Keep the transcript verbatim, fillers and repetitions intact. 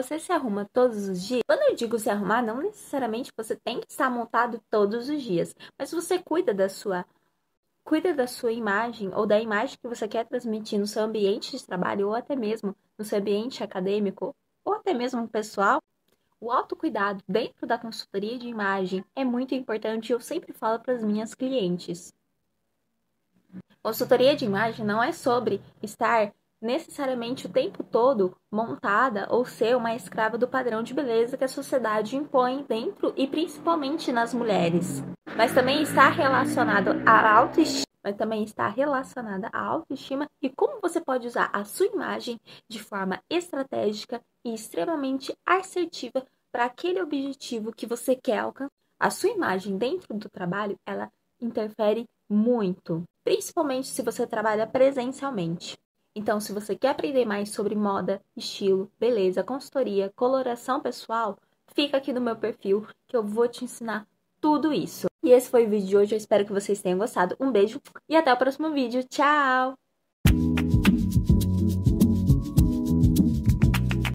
Você se arruma todos os dias? Quando eu digo se arrumar, não necessariamente você tem que estar montado todos os dias, mas você cuida da sua cuida da sua imagem ou da imagem que você quer transmitir no seu ambiente de trabalho ou até mesmo no seu ambiente acadêmico ou até mesmo pessoal. O autocuidado dentro da consultoria de imagem é muito importante e eu sempre falo para as minhas clientes. Consultoria de imagem não é sobre estar necessariamente o tempo todo montada ou ser uma escrava do padrão de beleza que a sociedade impõe dentro e principalmente nas mulheres. Mas também está relacionado à autoestima, mas também está relacionada à autoestima e como você pode usar a sua imagem de forma estratégica e extremamente assertiva para aquele objetivo que você quer alcançar. A sua imagem dentro do trabalho, ela interfere muito, principalmente se você trabalha presencialmente. Então, se você quer aprender mais sobre moda, estilo, beleza, consultoria, coloração pessoal, fica aqui no meu perfil que eu vou te ensinar tudo isso. E esse foi o vídeo de hoje, eu espero que vocês tenham gostado. Um beijo e até o próximo vídeo. Tchau!